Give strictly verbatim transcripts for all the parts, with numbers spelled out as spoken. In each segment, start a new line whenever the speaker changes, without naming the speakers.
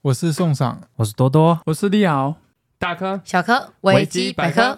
我是宋赏，
我是多多，
我是立豪，
大科
小科维基百科。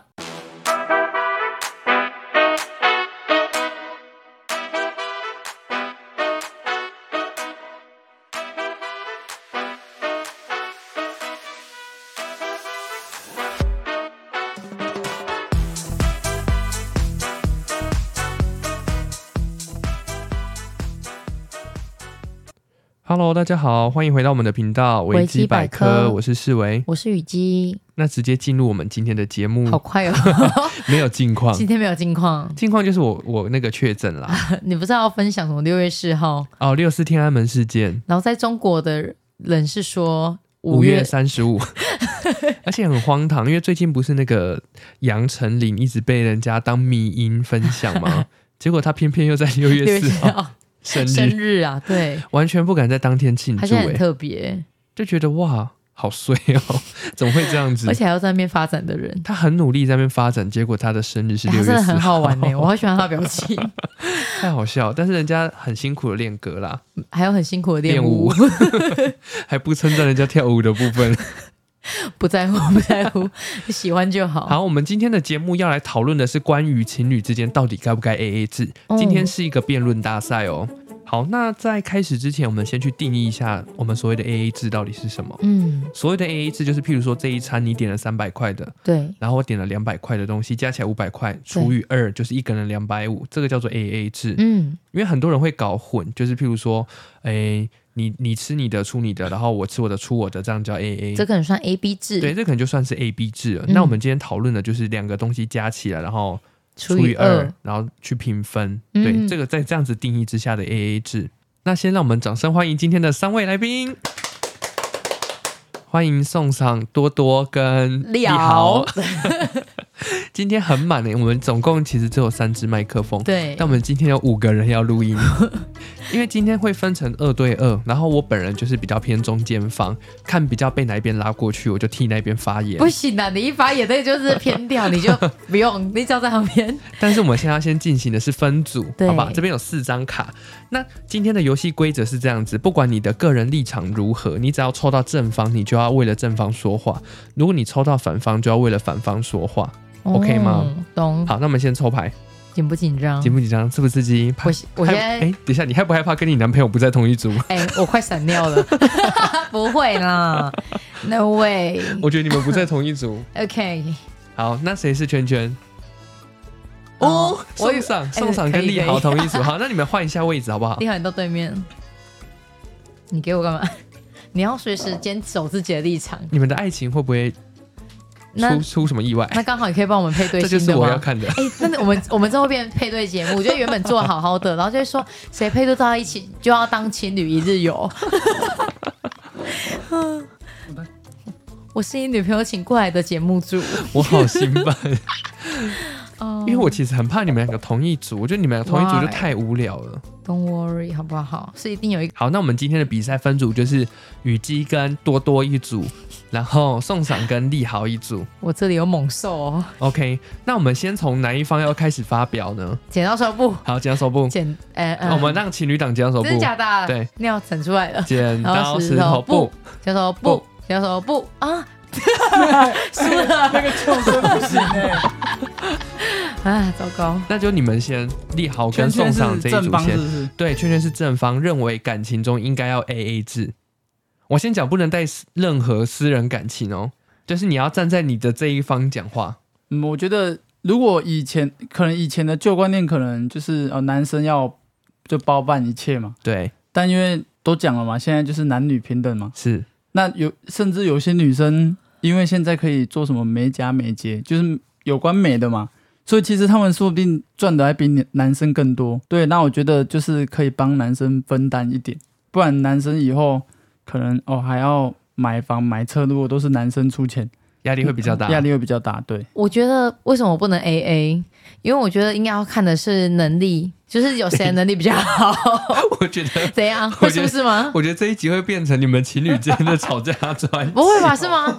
Hello， 大家好，欢迎回到我们的频道维基百科，
维基百科
我是世维，
我是雨姬。
那直接进入我们今天的节目，
好快哦！
没有近况，
今天没有近况，
近况就是我我那个确诊啦。
你不是要分享什么六月四号
哦，六四天安门事件，
然后在中国的人是说
五月三十五，而且很荒唐，因为最近不是那个杨丞琳一直被人家当迷因分享吗？结果他偏偏又在六月四号生日，
生日啊，对，
完全不敢在当天庆祝，
他现在很特别，
就觉得哇，好衰哦，怎么会这样子？
而且还要在那边发展的人，
他很努力在那边发展，结果他的生日是六月四号，
欸、他真的很好玩呢，我好喜欢他的表情，
太好笑。但是人家很辛苦的练歌啦，
还有很辛苦的练
舞，还不称赞人家跳舞的部分。
不在乎不在乎，喜欢就好。
好，我们今天的节目要来讨论的是关于情侣之间到底该不该 A A 制、嗯、今天是一个辩论大赛哦。好，那在开始之前我们先去定义一下我们所谓的 A A 制到底是什么。嗯，所谓的 A A 制就是譬如说这一餐你点了三百块的，对，然后我点了两百块的东西，加起来五百块除以二就是一个人两百五十，这个叫做 A A 制。嗯，因为很多人会搞混，就是譬如说诶你你吃你的出你的，然后我吃我的出我的，这样叫 A A，
这可能算 A B 制。
对，这可能就算是 A B 制了、嗯、那我们今天讨论的就是两个东西加起来然后除以二，然后去平分、嗯、对，这个在这样子定义之下的 A A 制。那先让我们掌声欢迎今天的三位来宾，欢迎宋赏、多多跟立豪。今天很满耶，我们总共其实只有三支麦克风，对，但我们今天有五个人要录音，因为今天会分成二对二，然后我本人就是比较偏中间方，看比较被哪一边拉过去，我就替那边发言。
不行啊，你一发言那就是偏掉，你就不用，你只要在旁边。
但是我们现在要先进行的是分组，好吧？这边有四张卡。那今天的游戏规则是这样子，不管你的个人立场如何，你只要抽到正方，你就要为了正方说话；如果你抽到反方，就要为了反方说话。OK 吗？
懂。
好，那我们先抽牌。
紧不紧张？
紧不紧张？刺不刺激？
我我现在
哎，等一下，你害不害怕跟你男朋友不在同一组？
哎，我快闪尿了。不会啦 ，No way。
我觉得你们不在同一组。
OK。
好，那谁是圈圈？哦，宋赏、宋赏跟立豪同一组。好，那你们换一下位置好不好？
立豪，你到对面。你给我干嘛？你要随时坚守自己的立场。
你们的爱情会不会？出出什么意外？
那刚好也可以帮我们配对新的吗？
这就是我要看的。
哎、欸，那我们我们之后变配对节目，我觉得原本做好好的，然后就会说谁配对到一起就要当情侣一日游。我是你女朋友请过来的节目组，
我好兴奋。因为我其实很怕你们两个同一组，我觉得你们两个同一组就太无聊了。
Don't worry， 好不好？是一定有一个。
好，那我们今天的比赛分组就是雨姬跟多多一组，然后宋赏跟立豪一组。
我这里有猛兽哦。
OK， 那我们先从哪一方要开始发表呢？
剪刀手布。
好，剪刀手布。
剪，呃呃，
我们让情侣档剪刀手布。
真的假的？
对，
尿整出来了。
剪刀石头布。
剪刀手布。剪刀手布啊！
输了，那个救生不行哎、
欸！啊，糟糕！
那就你们先，立豪跟宋赏这一组先。
是是是
对，圈圈是正方，认为感情中应该要 A A 制。我先讲，不能带任何私人感情哦，就是你要站在你的这一方讲话。
嗯，我觉得如果以前可能以前的旧观念，可能就是呃男生要就包办一切嘛。
对。
但因为都讲了嘛，现在就是男女平等嘛。
是。
那有甚至有些女生，因为现在可以做什么美甲美睫，就是有关美的嘛，所以其实他们说不定赚的还比男生更多。对，那我觉得就是可以帮男生分担一点，不然男生以后可能哦还要买房买车，如果都是男生出钱，
压力会比较大，
压力会比较大。对，
我觉得为什么不能 A A？ 因为我觉得应该要看的是能力，就是有谁的能力比较好。
我觉得
怎样？会出事吗？
我觉得这一集会变成你们情侣之间的吵架专辑。
不会吧？是吗？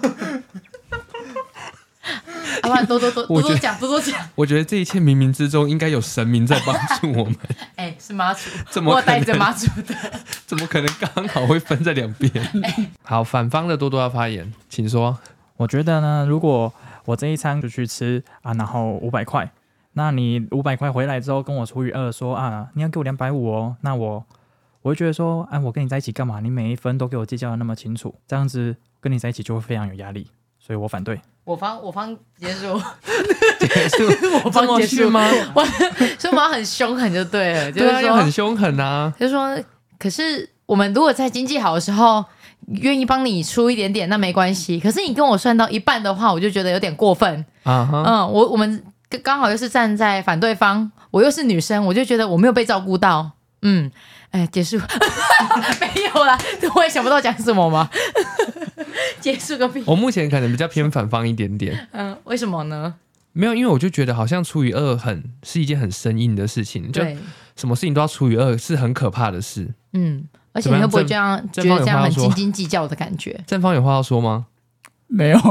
好吧，多多多多多讲，多多讲。
我觉得这一切冥冥之中应该有神明在帮助我们。
哎、欸， 是妈祖，
怎么可能
我带着妈祖的，
怎么可能刚好会分在两边？好，反方的多多要发言，请说。
我觉得呢，如果我这一餐就去吃啊，然后五百块，那你五百块回来之后跟我除以二，说啊，你要给我两百五哦，那我我会觉得说，啊，我跟你在一起干嘛？你每一分都给我计较的那么清楚，这样子跟你在一起就会非常有压力，所以我反对。
我方我方结束，
结束，
我方结束
吗？
我所以我们要很凶狠就对了，就是
对啊，
说
要很凶狠啊。
就是说，可是我们如果在经济好的时候，愿意帮你出一点点，那没关系。可是你跟我算到一半的话，我就觉得有点过分。
啊哈，
嗯，我我们刚好又是站在反对方，我又是女生，我就觉得我没有被照顾到。嗯，哎，结束，没有啦，我也想不到讲什么嘛。结束个屁！
我目前可能比较偏反方一点点。
嗯，为什么呢？
没有，因为我就觉得好像除以二很是一件很生硬的事情，就
对，
什么事情都要除以二，是很可怕的事。
嗯，而且你会不会这样觉
正
得这样很
正方有话要说
斤斤计较的感觉？
正方有话要说吗？
没有，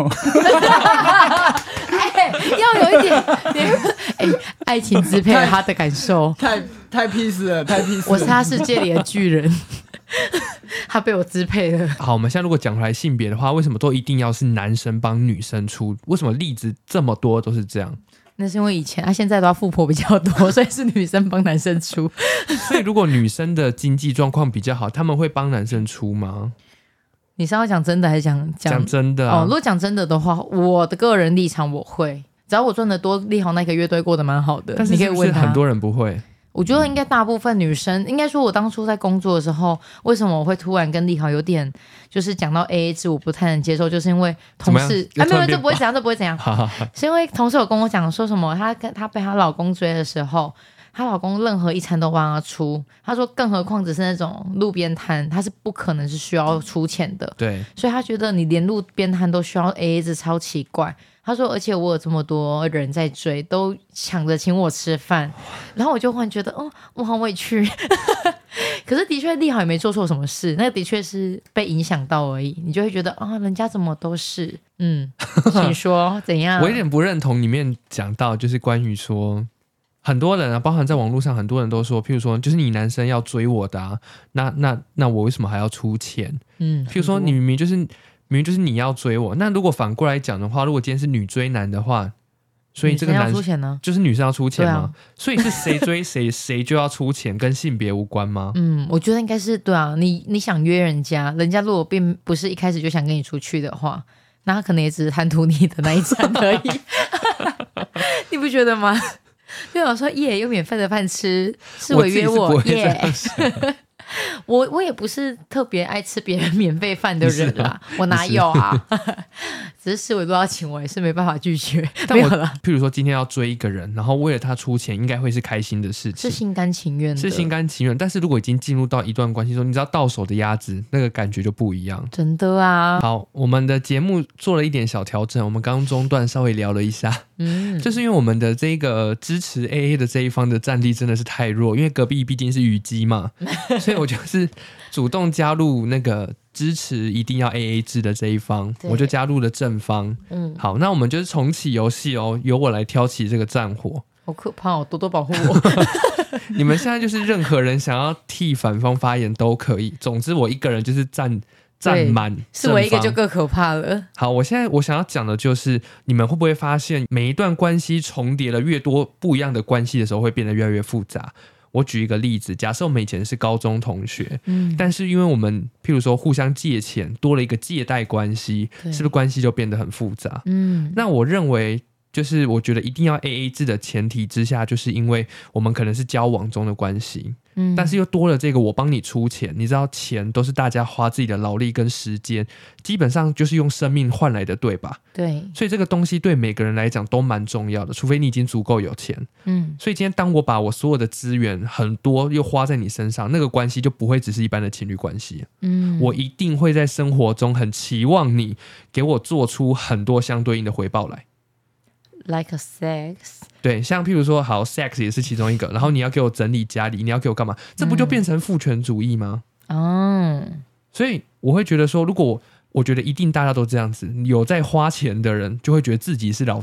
哎，要有一点，哎，爱情支配了他的感受。
太太 peace 了，太 peace 了。
我是他世界里的巨人，他被我支配了。
好，我们现在如果讲回来性别的话，为什么都一定要是男生帮女生出？为什么例子这么多都是这样？
那是因为以前，他、啊、现在都要富婆比较多，所以是女生帮男生出。
所以如果女生的经济状况比较好，他们会帮男生出吗？
你是要讲真的还是讲讲
讲真的、啊？
哦，如果讲真的的话，我的个人立场我会，只要我赚的多，立豪那个月都会过得蛮好的。
但是是不是很多人不会？
我觉得应该大部分女生，应该说我当初在工作的时候，为什么我会突然跟立豪有点就是讲到 A A 制，我不太能接受，就是因为同事啊，没有，这不会怎样，这不会怎样，是因为同事有跟我讲说什么，她跟她被她老公追的时候，她老公任何一餐都帮她出，她说更何况只是那种路边摊，她是不可能是需要出钱的，
对，
所以她觉得你连路边摊都需要 A A 制，超奇怪。他说，而且我有这么多人在追，都抢着请我吃饭，然后我就忽然觉得，哦，我好委屈。可是的确，立豪也没做错什么事，那个的确是被影响到而已。你就会觉得，啊、哦，人家怎么都是，嗯，请说怎样？
我有点不认同里面讲到，就是关于说，很多人啊，包含在网络上，很多人都说，譬如说，就是你男生要追我的啊，那那那我为什么还要出钱？嗯，譬如说，你明明就是。明明就是你要追我，那如果反过来讲的话，如果今天是女追男的话，所以这个男
生要出钱呢，
就是女生要出钱吗？
啊、
所以是谁追谁，谁就要出钱，跟性别无关吗？
嗯，我觉得应该是对啊。你你想约人家，人家如果并不是一开始就想跟你出去的话，那他可能也只是贪图你的那一餐而已。你不觉得吗？就有说耶，有免费的饭吃，是我约我耶。我我也不是特别爱吃别人免费饭的人啦，我哪有啊？只是视为都要请我，也是没办法拒绝。
但我譬如说今天要追一个人，然后为了他出钱，应该会是开心的事情，
是心甘情愿的，
是心甘情愿。但是如果已经进入到一段关系中，你知道到手的鸭子那个感觉就不一样，
真的啊。
好，我们的节目做了一点小调整，我们刚刚中段稍微聊了一下，嗯，就是因为我们的这个支持 A A 的这一方的战力真的是太弱，因为隔壁毕竟是虞姬嘛，所以我就是主动加入那个支持一定要 A A 制的这一方，我就加入了正方。嗯，好，那我们就是重启游戏哦，由我来挑起这个战火。
好可怕哦，多多保护我。
你们现在就是任何人想要替反方发言都可以，总之我一个人就是站站满，
是我一个就更可怕了。
好，我现在我想要讲的就是，你们会不会发现每一段关系重叠了越多不一样的关系的时候，会变得越来越复杂。我举一个例子，假设我们以前是高中同学，嗯，但是因为我们譬如说互相借钱，多了一个借贷关系，是不是关系就变得很复杂？嗯，那我认为就是我觉得一定要 A A 制的前提之下，就是因为我们可能是交往中的关系，嗯，但是又多了这个我帮你出钱，你知道钱都是大家花自己的劳力跟时间，基本上就是用生命换来的，对吧？
对，
所以这个东西对每个人来讲都蛮重要的，除非你已经足够有钱，嗯，所以今天当我把我所有的资源很多又花在你身上，那个关系就不会只是一般的情侣关系，嗯，我一定会在生活中很期望你给我做出很多相对应的回报来。
Like a sex，
对，像譬如说，好 ，sex 也是其中一个，然后你要给我整理家里，你要给我干嘛？这不就变成父权主义吗？哦、嗯，所以我会觉得说，如果我我觉得一定大家都这样子，有在花钱的人就会觉得自己是老大，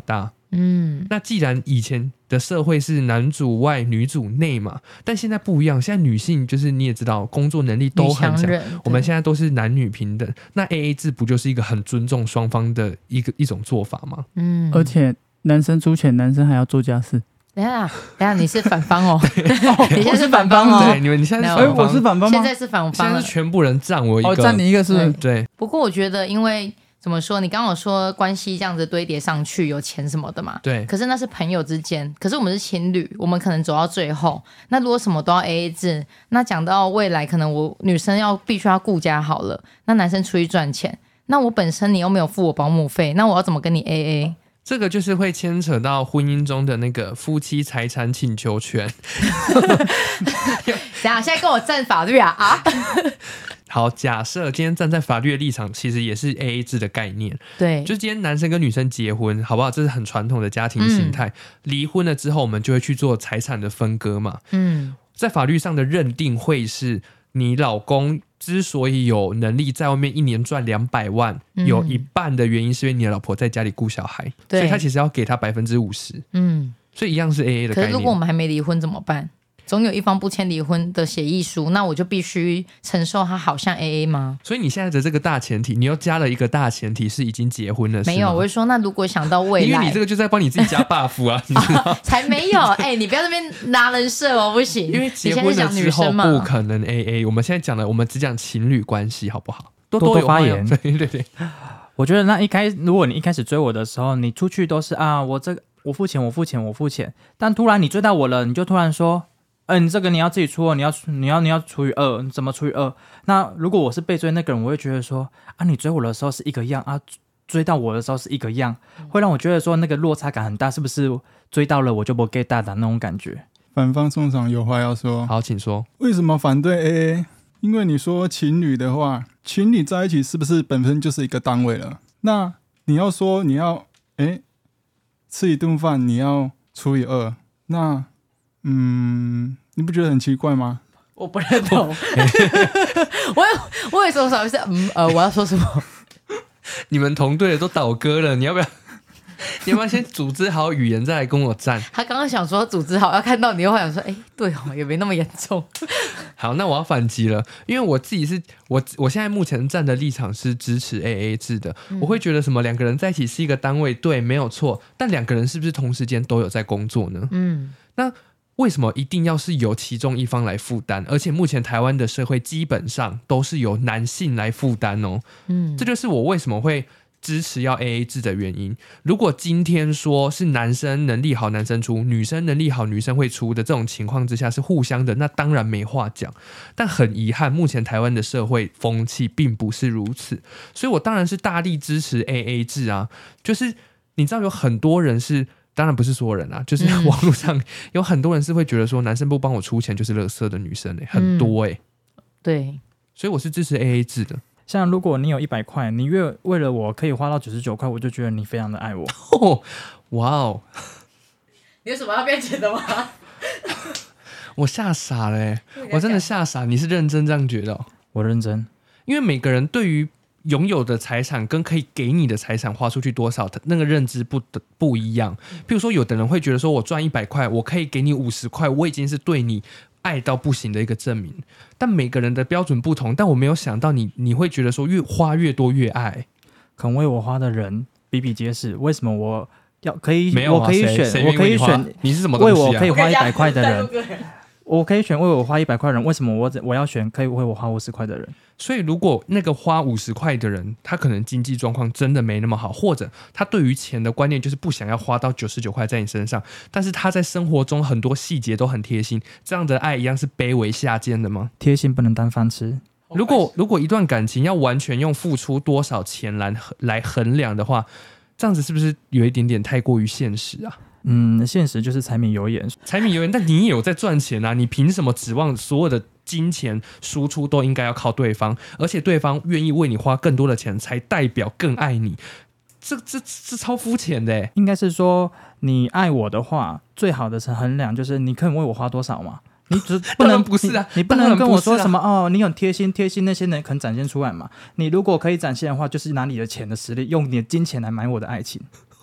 嗯，
那既然以前的社会是男主外女主内嘛，但现在不一样，现在女性就是你也知道工作能力都很强，我们现在都是男女平等，那 A A 制不就是一个很尊重双方的一个一种做法吗？
嗯，
而且男生出钱，男生还要做家事。
等一下，等一下，你是反方哦，你现在是反方哦，
对，你们你现在是
哎、
反方，
我是反方吗？
现在是反方了，
现在是全部人占我一个，
哦，占你一个是不是？
对。
不过我觉得，因为怎么说，你刚刚有说关系这样子堆叠上去有钱什么的嘛，
对。
可是那是朋友之间，可是我们是情侣，我们可能走到最后，那如果什么都要 A A 制，那讲到未来，可能我女生要必须要顾家好了，那男生出去赚钱，那我本身你又没有付我保姆费，那我要怎么跟你 A A？
这个就是会牵扯到婚姻中的那个夫妻财产请求权。
等一下，现在跟我站法律啊啊！
好，假设今天站在法律的立场，其实也是 A A 制的概念。
对，
就今天男生跟女生结婚，好不好？这是很传统的家庭形态。离、嗯、婚了之后，我们就会去做财产的分割嘛。嗯，在法律上的认定会是你老公之所以有能力在外面一年赚两百万、嗯，有一半的原因是因为你的老婆在家里顾小孩，所以他其实要给他百分之五十。嗯，所以一样是 A A 的概念。
可是如果我们还没离婚怎么办？总有一方不签离婚的协议书，那我就必须承受他好像 A A 吗？
所以你现在的这个大前提，你又加了一个大前提是已经结婚了，
没有？我是说，那如果想到未来，
因为你这个就在帮你自己加 buff 啊，你知道
啊才没有！哎、欸，你不要这边拿人设哦，不行。
因为结婚了之后不可能 A A。我们现在讲的，我们只讲情侣关系，好不好？多
多发言。
对对对。
我觉得那一开，如果你一开始追我的时候，你出去都是啊，我这个我付钱，我付钱，我付钱。但突然你追到我了，你就突然说。嗯、呃，你这个你要自己出哦，你要你要你要除以二，你怎么除以二？那如果我是被追那个人，我会觉得说啊，你追我的时候是一个样啊，追到我的时候是一个样，会让我觉得说那个落差感很大，是不是？追到了我就不 get 大的那种感觉。
反方宋长有话要说，
好，请说。
为什么反对 A A？ 因为你说情侣的话，情侣在一起是不是本身就是一个单位了？那你要说你要哎吃一顿饭你要除以二，那嗯。你不觉得很奇怪吗？
我不认同。我我也说什么是嗯呃，我要说什么？
你们同队的都倒戈了，你要不要？你要不要先组织好语言再来跟我站？
他刚刚想说组织好，要看到你又想说，哎，对哦，也没那么严重。
好，那我要反击了，因为我自己是我我现在目前站的立场是支持 A A 制的、嗯。我会觉得什么两个人在一起是一个单位，对，没有错。但两个人是不是同时间都有在工作呢？嗯，那。为什么一定要是由其中一方来负担？而且目前台湾的社会基本上都是由男性来负担哦。嗯，这就是我为什么会支持要 A A 制的原因。如果今天说是男生能力好男生出，女生能力好女生会出的这种情况之下是互相的，那当然没话讲。但很遗憾，目前台湾的社会风气并不是如此，所以我当然是大力支持 A A 制啊。就是你知道有很多人是。当然不是所有人啊，就是网络上有很多人是会觉得说男生不帮我出钱就是垃圾的女生、欸、很多哎、欸
嗯，对，
所以我是支持 A A 制的。
像如果你有一百块，你越为了我可以花到九十九块，我就觉得你非常的爱我。
哦，哇哦！
你有什么要辩解的吗？
我吓傻了、欸，我真的吓傻。你是认真这样觉得、哦？
我认真，
因为每个人对于拥有的财产跟可以给你的财产花出去多少，那个认知不不一样。譬如说，有的人会觉得说，我赚一百块，我可以给你五十块，我已经是对你爱到不行的一个证明。但每个人的标准不同，但我没有想到你你会觉得说，越花越多越爱。
肯为我花的人比比皆是，为什么我要可以？
没有、啊、
我可以选，我可以选，
你是什么东西、啊？
为我可以花一百块的人。我可以选为我花一百块的人，为什么我我要选可以为我花五十块的人？
所以如果那个花五十块的人，他可能经济状况真的没那么好，或者他对于钱的观念就是不想要花到九十九块在你身上，但是他在生活中很多细节都很贴心，这样的爱一样是卑微下贱的吗？
贴心不能当饭吃。
如果如果一段感情要完全用付出多少钱来来衡量的话，这样子是不是有一点点太过于现实啊？
嗯，现实就是柴米油盐，
柴米油盐，但你也有在赚钱啊！你凭什么指望所有的金钱输出都应该要靠对方？而且对方愿意为你花更多的钱，才代表更爱你。这这这超肤浅的耶！
应该是说，你爱我的话，最好的衡量就是你可以为我花多少嘛。你只不能
不是啊，
你, 你不能跟我说什么、啊、哦，你很贴心，贴心那些人可能展现出来嘛。你如果可以展现的话，就是拿你的钱的实力，用你的金钱来买我的爱情。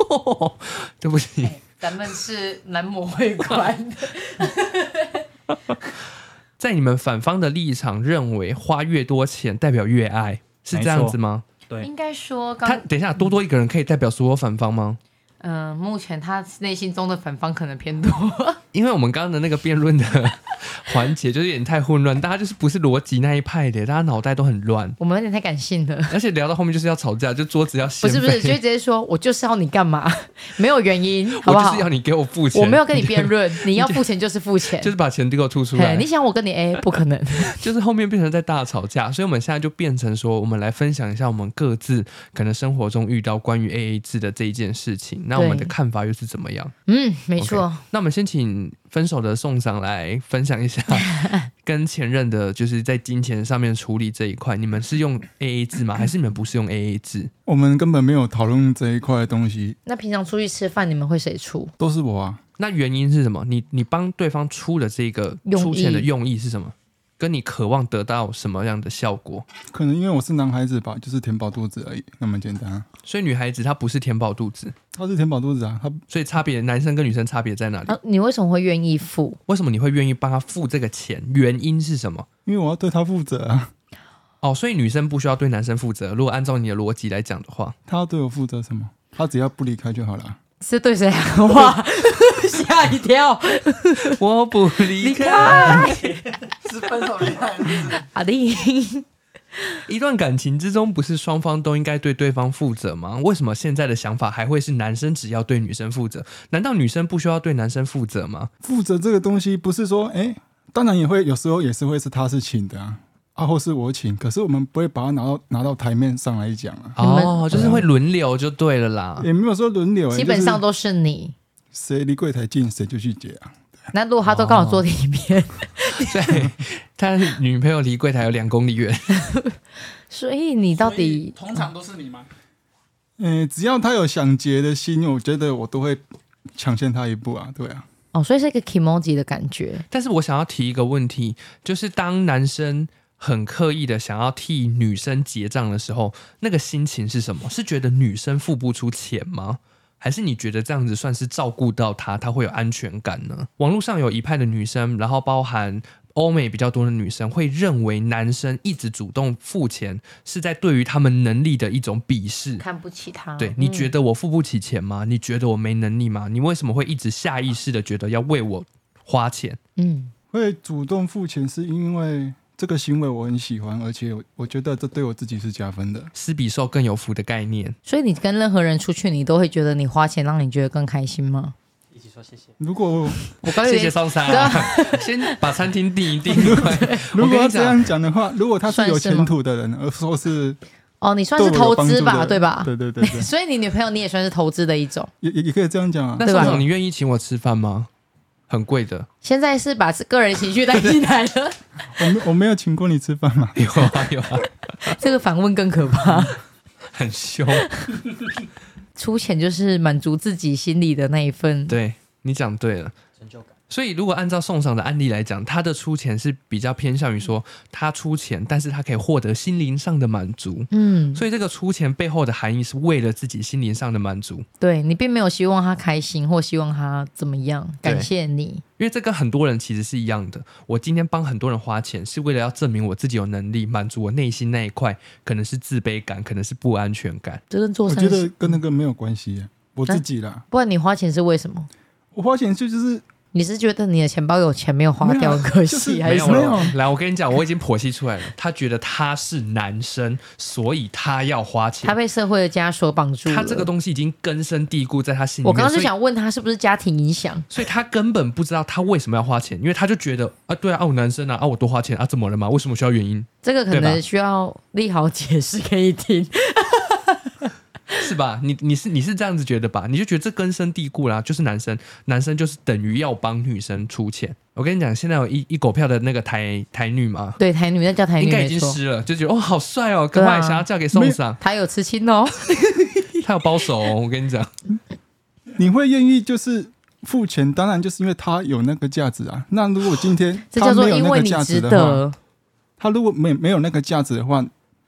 对不起，
欸、咱们是男模会馆的。
在你们反方的立场认为花越多钱代表越爱，是这样子吗？
对，
应该说刚，
他等一下，多多一个人可以代表所有反方吗？
嗯、呃，目前他内心中的反方可能偏多。
因为我们刚刚的那个辩论的环节就是有点太混乱，大家就是不是逻辑那一派的，大家脑袋都很乱，
我们有点太感性了，
而且聊到后面就是要吵架，就桌子要掀飞，
不是不是，就直接说我就是要你干嘛，没有原因，好不好？
我就是要你给我付钱，
我没有跟你辩论，你要付钱就是付钱，
就是把钱给我吐出来。
你想我跟你 A 不可能，
就是后面变成在大吵架，所以我们现在就变成说，我们来分享一下我们各自可能生活中遇到关于 A A 制的这一件事情，那我们的看法又是怎么样？
嗯，没错。
Okay, 那我们先请分手的宋长来分享一下跟前任的就是在金钱上面处理这一块，你们是用 A A 制吗？还是你们不是用 A A 制？
我们根本没有讨论这一块的东西。
那平常出去吃饭你们会谁出？
都是我啊。
那原因是什么？你你帮对方出的这个出钱的用意是什么？跟你渴望得到什么样的效果？
可能因为我是男孩子吧，就是填饱肚子而已，那么简单啊。
所以女孩子她不是填饱肚子，
她是填饱肚子啊。她
所以差别，男生跟女生差别在哪里？
啊，你为什么会愿意付？
为什么你会愿意帮他付这个钱？原因是什么？
因为我要对她负责啊。
哦，所以女生不需要对男生负责。如果按照你的逻辑来讲的话，
她要对我负责什么？她只要不离开就好了。
是对谁喊话？吓一跳！
我不离开。
是分手离开是
阿弟，
一段感情之中，不是双方都应该对对方负责吗？为什么现在的想法还会是男生只要对女生负责？难道女生不需要对男生负责吗？
负责这个东西不是说，哎，当然也会有时候也是会是他是请的啊。啊，或是我请，可是我们不会把它拿到拿到台面上来讲啊。
哦，就是会轮流就对了啦。
也没有说轮流、欸，
基本上都是你。
谁离柜台近，谁就去结啊。
那如果他都刚好坐里面，
对，他女朋友离柜台有两公里远，
所以你到底
通常都是你吗？
嗯、呃，只要他有想结的心，我觉得我都会抢先他一步啊，对啊。
哦，所以是一个 kimoji 的感觉。
但是我想要提一个问题，就是当男生很刻意的想要替女生结账的时候，那个心情是什么？是觉得女生付不出钱吗？还是你觉得这样子算是照顾到她，她会有安全感呢？网络上有一派的女生，然后包含欧美比较多的女生会认为男生一直主动付钱是在对于他们能力的一种鄙视，
看不起他。
对，你觉得我付不起钱吗？你觉得我没能力吗？你为什么会一直下意识的觉得要为我花钱？
嗯，
会主动付钱是因为这个行为我很喜欢，而且我觉得这对我自己是加分的。
施比受更有福的概念。
所以你跟任何人出去，你都会觉得你花钱让你觉得更开心吗？
一起说谢谢。
如果
我刚
谢谢松山、啊，先把餐厅订一订。
如果要这样讲的话，如果他是有前途的人，而说是
哦，你算是投资吧，对吧？
对对对对。
所以你女朋友你也算是投资的一种，
也也也可以这样讲啊。
那松总，你愿意请我吃饭吗？很贵的。
现在是把个人情绪带进来了。
我没我没有请过你吃饭吗？
有啊有啊。
这个反问更可怕。
很凶。
出钱就是满足自己心里的那一份。
对，你讲对了，
成就感。
所以如果按照宋赏的案例来讲，他的出钱是比较偏向于说他出钱，但是他可以获得心灵上的满足。
嗯，
所以这个出钱背后的含义是为了自己心灵上的满足。
对，你并没有希望他开心或希望他怎么样，感谢你。
因为这跟很多人其实是一样的，我今天帮很多人花钱是为了要证明我自己有能力，满足我内心那一块可能是自卑感，可能是不安全感。
这跟做
我觉得跟那个没有关系，我自己啦、
啊。不然你花钱是为什么？
我花钱就就是
你是觉得你的钱包有钱没有花掉可惜、就是、还是什么？
没有来，我跟你讲，我已经剖析出来了。他觉得他是男生，所以他要花钱。
他被社会的枷锁绑住了，
他这个东西已经根深蒂固在他心里面。
我刚刚就想问他是不是家庭影响，
所以他根本不知道他为什么要花钱，因为他就觉得啊，对啊，啊我男生啊，啊我多花钱啊，怎么了嘛？为什么需要原因？
这个可能需要立豪解释给你听。
是吧？你你是你是这样子觉得吧？你就觉得这根深蒂固啦，就是男生男生就是等于要帮女生出钱。我跟你讲，现在有一一狗票的那个台台女嘛，
对，台女那叫台女，
应该已经湿了，就觉得哦好帅哦，赶快想要嫁给宋桑。
他有刺青哦，
他有包手哦，我跟你讲，
你会愿意就是付钱，当然就是因为他有那个价值啊。那如果今天
这叫做因为你
他没有那个价值的话，他如果没没有那个价值的话。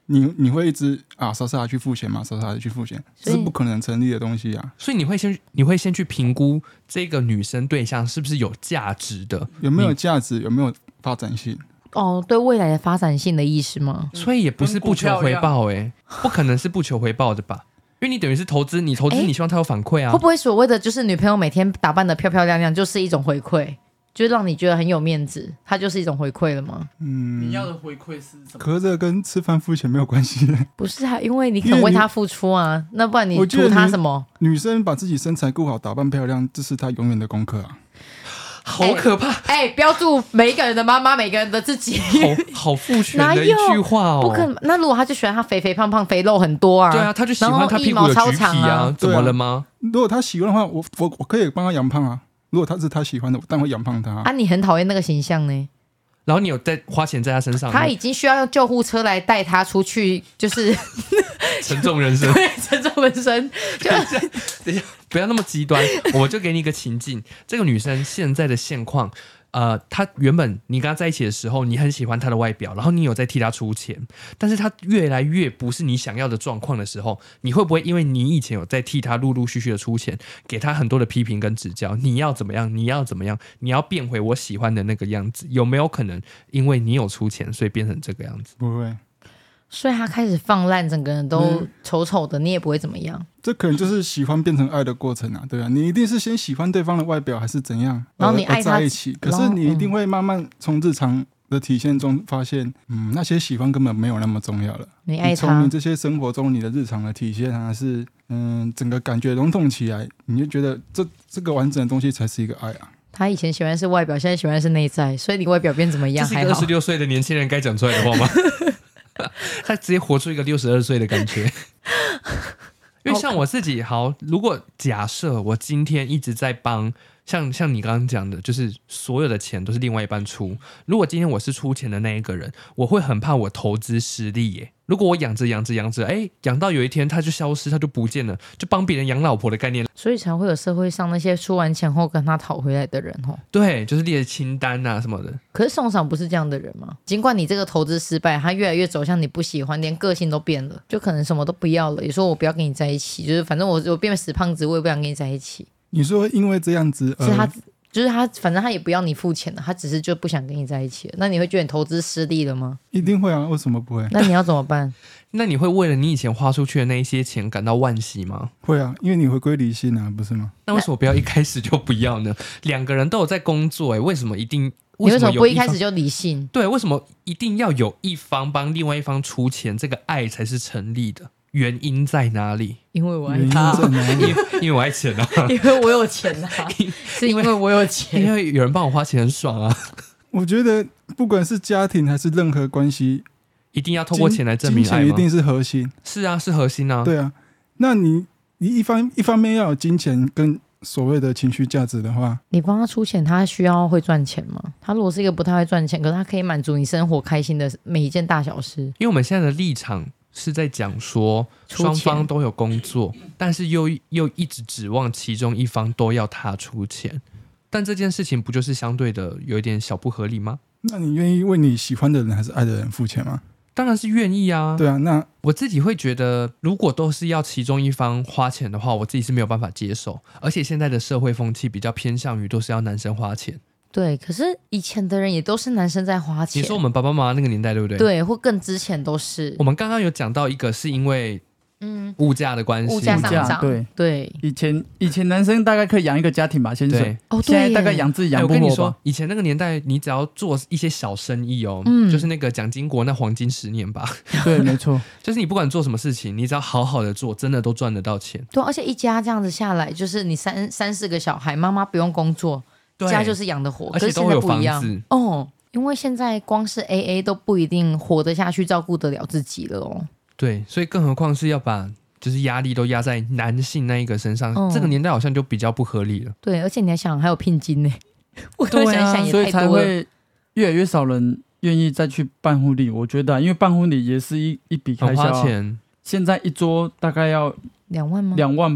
你你会一直啊傻傻的去付钱嘛，傻傻的去付钱，这是不可能成立的东西啊。
所以你会先你会先去评估这个女生对象是不是有价值的，
有没有价值，有没有发展性。
哦，对未来的发展性的意思吗？
所以也不是不求回报哎、欸，不可能是不求回报的吧？因为你等于是投资，你投资你希望他有反馈啊。
会不会所谓的就是女朋友每天打扮得漂漂亮亮，就是一种回馈，就是让你觉得很有面子，它就是一种回馈了吗？
嗯，
你要的回馈是什么？
可是这跟吃饭付钱没有关系。
不是啊，因为你肯为他付出啊，那不然你图他什么？
女生把自己身材顾好，打扮漂亮，这是她永远的功课啊。
好可怕！
哎、欸，标注每一个人的妈妈，每个人的自己，
好好父权的一句话哦。
不可能。那如果他就喜欢他肥肥胖胖、肥肉很多啊，
对啊，他就喜欢他屁股有橘皮啊，怎么了吗？
如果他喜欢的话，我我我可以帮他养胖啊。如果他是他喜欢的，我当然会养胖他。
啊，你很讨厌那个形象呢？
然后你有在花钱在他身上，
他已经需要用救护车来带他出去，就是
沉重人生，
对，沉重人生。就
等一下，不要那么极端，我就给你一个情境：这个女生现在的现况，呃，她原本你跟她在一起的时候，你很喜欢她的外表，然后你有在替她出钱，但是她越来越不是你想要的状况的时候，你会不会因为你以前有在替她陆陆续续的出钱，给她很多的批评跟指教，你要怎么样，你要怎么样，你要变回我喜欢的那个样子？有没有可能因为你有出钱，所以变成这个样子？
不会。
所以他开始放烂，整个人都丑丑的，你也不会怎么样。
这可能就是喜欢变成爱的过程啊，对啊，你一定是先喜欢对方的外表还是怎样，
然后你爱他
在一起，可是你一定会慢慢从日常的体现中发现，嗯，那些喜欢根本没有那么重要了。
你爱他，
从你这些生活中你的日常的体现啊，是嗯，整个感觉笼统起来，你就觉得这这个完整的东西才是一个爱啊。
他以前喜欢的是外表，现在喜欢的是内在，所以你外表变怎么样？
这是一个二十六岁的年轻人该讲出来的话吗？他直接活出一个六十二岁的感觉。因为像我自己，好，如果假设我今天一直在帮，像像你刚刚讲的，就是所有的钱都是另外一半出。如果今天我是出钱的那一个人，我会很怕我投资失利耶。如果我养着养着养着，哎，养到有一天它就消失，它就不见了，就帮别人养老婆的概念。
所以才会有社会上那些出完钱后跟他讨回来的人哦。
对，就是列清单啊什么的。
可是宋赏不是这样的人吗？尽管你这个投资失败，他越来越走向你不喜欢，连个性都变了，就可能什么都不要了，也说我不要跟你在一起，就是反正我我变死胖子，我也不想跟你在一起。
你说因为这样子，
是他。就是他，反正他也不要你付钱了，他只是就不想跟你在一起了。那你会觉得你投资失利了吗？
一定会啊，为什么不会？
那你要怎么办？
那你会为了你以前花出去的那一些钱感到惋惜吗？
会啊，因为你回归理性啊，不是吗？
那为什么不要一开始就不要呢？两个人都有在工作、欸，为什么一定？
你为什么不一开始就理性？
对，为什么一定要有一方帮另外一方出钱，这个爱才是成立的？原因在哪里？
因为我爱他，
因为因为我爱钱啊，
因为我有钱啊，是因为我有钱，
因为有人帮我花钱很爽啊。
我觉得不管是家庭还是任何关系，
一定要透过钱来证明爱吗？
金钱一定是核心。
是啊，是核心啊。
对啊，那你你一方一方面要有金钱跟所谓的情绪价值的话，
你帮他出钱，他需要会赚钱吗？他如果是一个不太会赚钱，可是他可以满足你生活开心的每一件大小事。
因为我们现在的立场是在讲说双方都有工作，但是又又一直指望其中一方都要他出钱，但这件事情不就是相对的有一点小不合理吗？
那你愿意为你喜欢的人还是爱的人付钱吗？
当然是愿意啊。
对啊，那
我自己会觉得，如果都是要其中一方花钱的话，我自己是没有办法接受。而且现在的社会风气比较偏向于都是要男生花钱。
对，可是以前的人也都是男生在花钱。
你说我们爸爸妈妈那个年代对不对？
对，或更之前都是。
我们刚刚有讲到一个是因为嗯物价的关系，
物价上涨。
对
对，
以前以前男生大概可以养一个家庭吧，先生。
哦，
现在大概养自己养不活吧。
我跟你说，以前那个年代，你只要做一些小生意哦，
嗯、
就是那个蒋经国那黄金十年吧。
对，没错，
就是你不管做什么事情，你只要好好的做，真的都赚得到钱。
对，而且一家这样子下来，就是你三三四个小孩，妈妈不用工作。家就是养得活，
而且都会有房子
哦。因为现在光是 A A 都不一定活得下去，照顾得了自己了哦。
对，所以更何况是要把就是压力都压在男性那一个身上，
嗯、
这个年代好像就比较不合理了。
对，而且你还想还有聘金呢，我
对
想想也太多了，
所以才会越来越少人愿意再去办婚礼。我觉得、啊，因为办婚礼也是一一笔开销、啊，
很花钱。
现在一桌大概要
两万吗？
两万吧。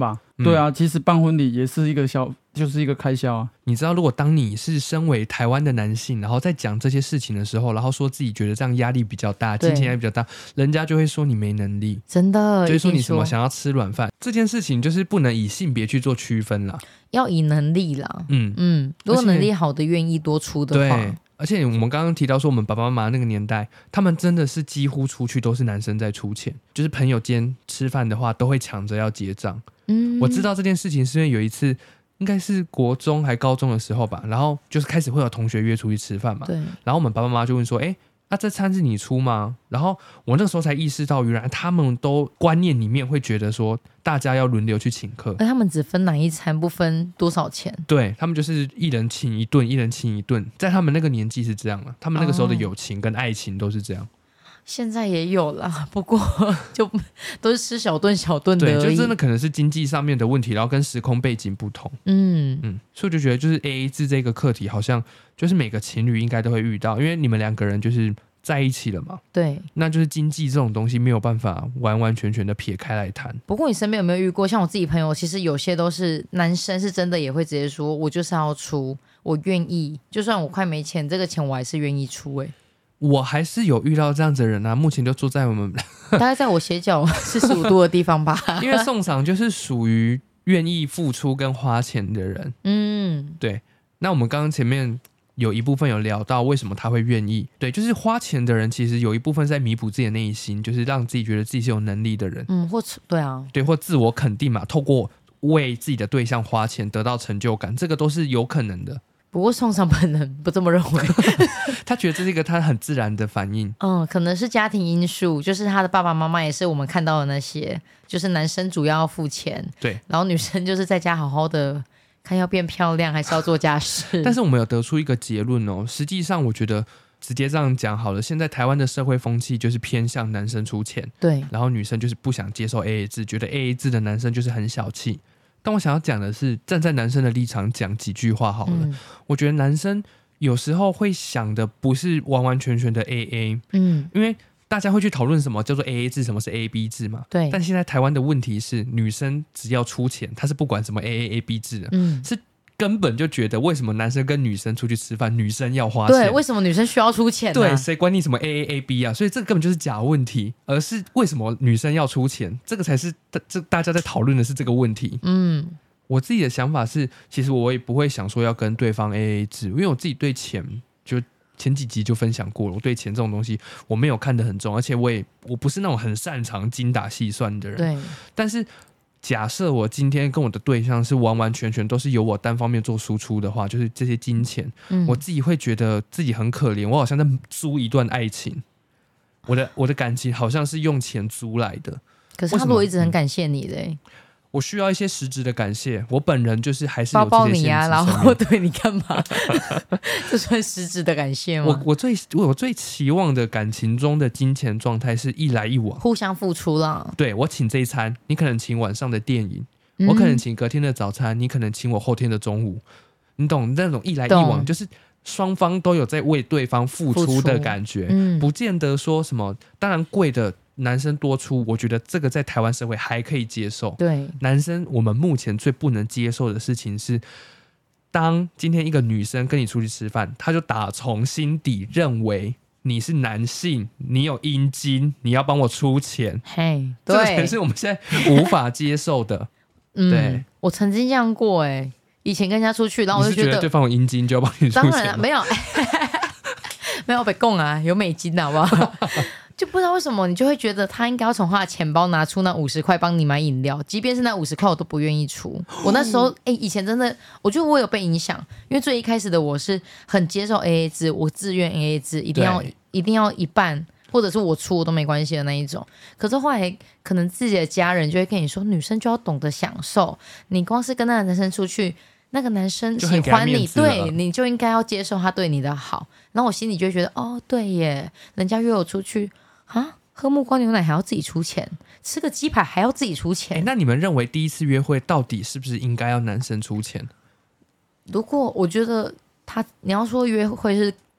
嗯、
对啊，其实办婚礼也是一个小，就是一个开销啊。
你知道，如果当你是身为台湾的男性，然后在讲这些事情的时候，然后说自己觉得这样压力比较大，金钱压力比较大，人家就会说你没能力，
真的，
就是说你什么想要吃软饭，这件事情就是不能以性别去做区分啦，
要以能力啦。
嗯
嗯，如果能力好的愿意多出的话，
对。而且我们刚刚提到说，我们爸爸妈妈那个年代，他们真的是几乎出去都是男生在出钱，就是朋友间吃饭的话，都会抢着要结账。
嗯，
我知道这件事情是因为有一次，应该是国中还高中的时候吧，然后就是开始会有同学约出去吃饭嘛，
对，
然后我们爸爸妈妈就问说，哎，那这餐是你出吗？然后我那时候才意识到，原来他们都观念里面会觉得说，大家要轮流去请客，
而他们只分哪一餐，不分多少钱。
对，他们就是一人请一顿，一人请一顿，在他们那个年纪是这样了，他们那个时候的友情跟爱情都是这样。
现在也有啦，不过就都是吃小顿小顿的而已。
对，就真的可能是经济上面的问题，然后跟时空背景不同。
嗯
嗯，所以我就觉得就是 A A 制这个课题，好像就是每个情侣应该都会遇到，因为你们两个人就是在一起了嘛。
对，
那就是经济这种东西没有办法完完全全的撇开来谈。
不过你身边有没有遇过？像我自己朋友，其实有些都是男生，是真的也会直接说，我就是要出，我愿意，就算我快没钱，这个钱我还是愿意出、欸。
我还是有遇到这样子的人啊，目前就坐在我们
大概在我斜角四十五度的地方吧。
因为宋桑就是属于愿意付出跟花钱的人。
嗯，
对。那我们刚刚前面有一部分有聊到为什么他会愿意，对，就是花钱的人其实有一部分在弥补自己的内心，就是让自己觉得自己是有能力的人。
嗯，或对啊，
对，或自我肯定嘛，透过为自己的对象花钱得到成就感，这个都是有可能的。
不过宋桑本人不这么认为。
他觉得这是一个他很自然的反应。
嗯，可能是家庭因素，就是他的爸爸妈妈也是我们看到的那些，就是男生主要要付钱，
对，
然后女生就是在家好好的看要变漂亮还是要做家事。
但是我们有得出一个结论哦，实际上我觉得直接这样讲好了，现在台湾的社会风气就是偏向男生出钱，
对，
然后女生就是不想接受 A A 制，觉得 A A 制的男生就是很小气。但我想要讲的是，站在男生的立场讲几句话好了。嗯、我觉得男生有时候会想的不是完完全全的 A A， 嗯，因为大家会去讨论什么叫做 A A 制，什么是 A B 制嘛。
对。
但现在台湾的问题是，女生只要出钱，她是不管什么 A A A B 制的，嗯，是根本就觉得为什么男生跟女生出去吃饭，女生要花钱？
对，为什么女生需要出钱、啊？
对，谁管你什么 A A A B 啊？所以这个根本就是假问题，而是为什么女生要出钱，这个才是这大家在讨论的是这个问题。嗯。我自己的想法是，其实我也不会想说要跟对方 A A 制，因为我自己对钱，就前几集就分享过了，我对钱这种东西我没有看得很重，而且我也我不是那种很擅长精打细算的人。
对。
但是假设我今天跟我的对象是完完全全都是由我单方面做输出的话，就是这些金钱，嗯、我自己会觉得自己很可怜，我好像在租一段爱情，我的我的感情好像是用钱租来的。
可是他如果一直很感谢你的、欸。
我需要一些实质的感谢，我本人就是还是有这些
抱抱你啊，然后对你干嘛？这算实质的感谢吗？
我我最我最期望的感情中的金钱状态是一来一往，
互相付出啦。
对，我请这一餐，你可能请晚上的电影，嗯、我可能请隔天的早餐，你可能请我后天的中午，你懂那种一来一往，就是双方都有在为对方付出的感觉，嗯、不见得说什么，当然贵的。男生多出，我觉得这个在台湾社会还可以接受。
对，
男生我们目前最不能接受的事情是，当今天一个女生跟你出去吃饭，她就打从心底认为你是男性，你有阴茎，你要帮我出钱。
嘿，
这个才是我们现在无法接受的。
嗯，
对，
我曾经这样过哎、欸，以前跟人家出去，然后我就觉得
你是觉得对方有阴茎就要帮你出钱吗？
当然没有，没有被供啊，有美金好不好？就不知道为什么你就会觉得他应该要从他的钱包拿出那五十块帮你买饮料，即便是那五十块我都不愿意出。我那时候哎、欸，以前真的我觉得我有被影响，因为最一开始的我是很接受 A A 制，我自愿 A A 制，一定要一定要一半，或者是我出我都没关系的那一种。可是后来可能自己的家人就会跟你说，女生就要懂得享受，你光是跟那个男生出去。那个男生喜欢你，对，你就应该要接受他对你的好。然后我心里就会觉得，哦，对耶，人家约我出去啊，喝木瓜牛奶还要自己出钱，吃个鸡排还要自己出钱。
那你们认为第一次约会到底是不是应该要男生出钱？
如果我觉得他，你要说约会是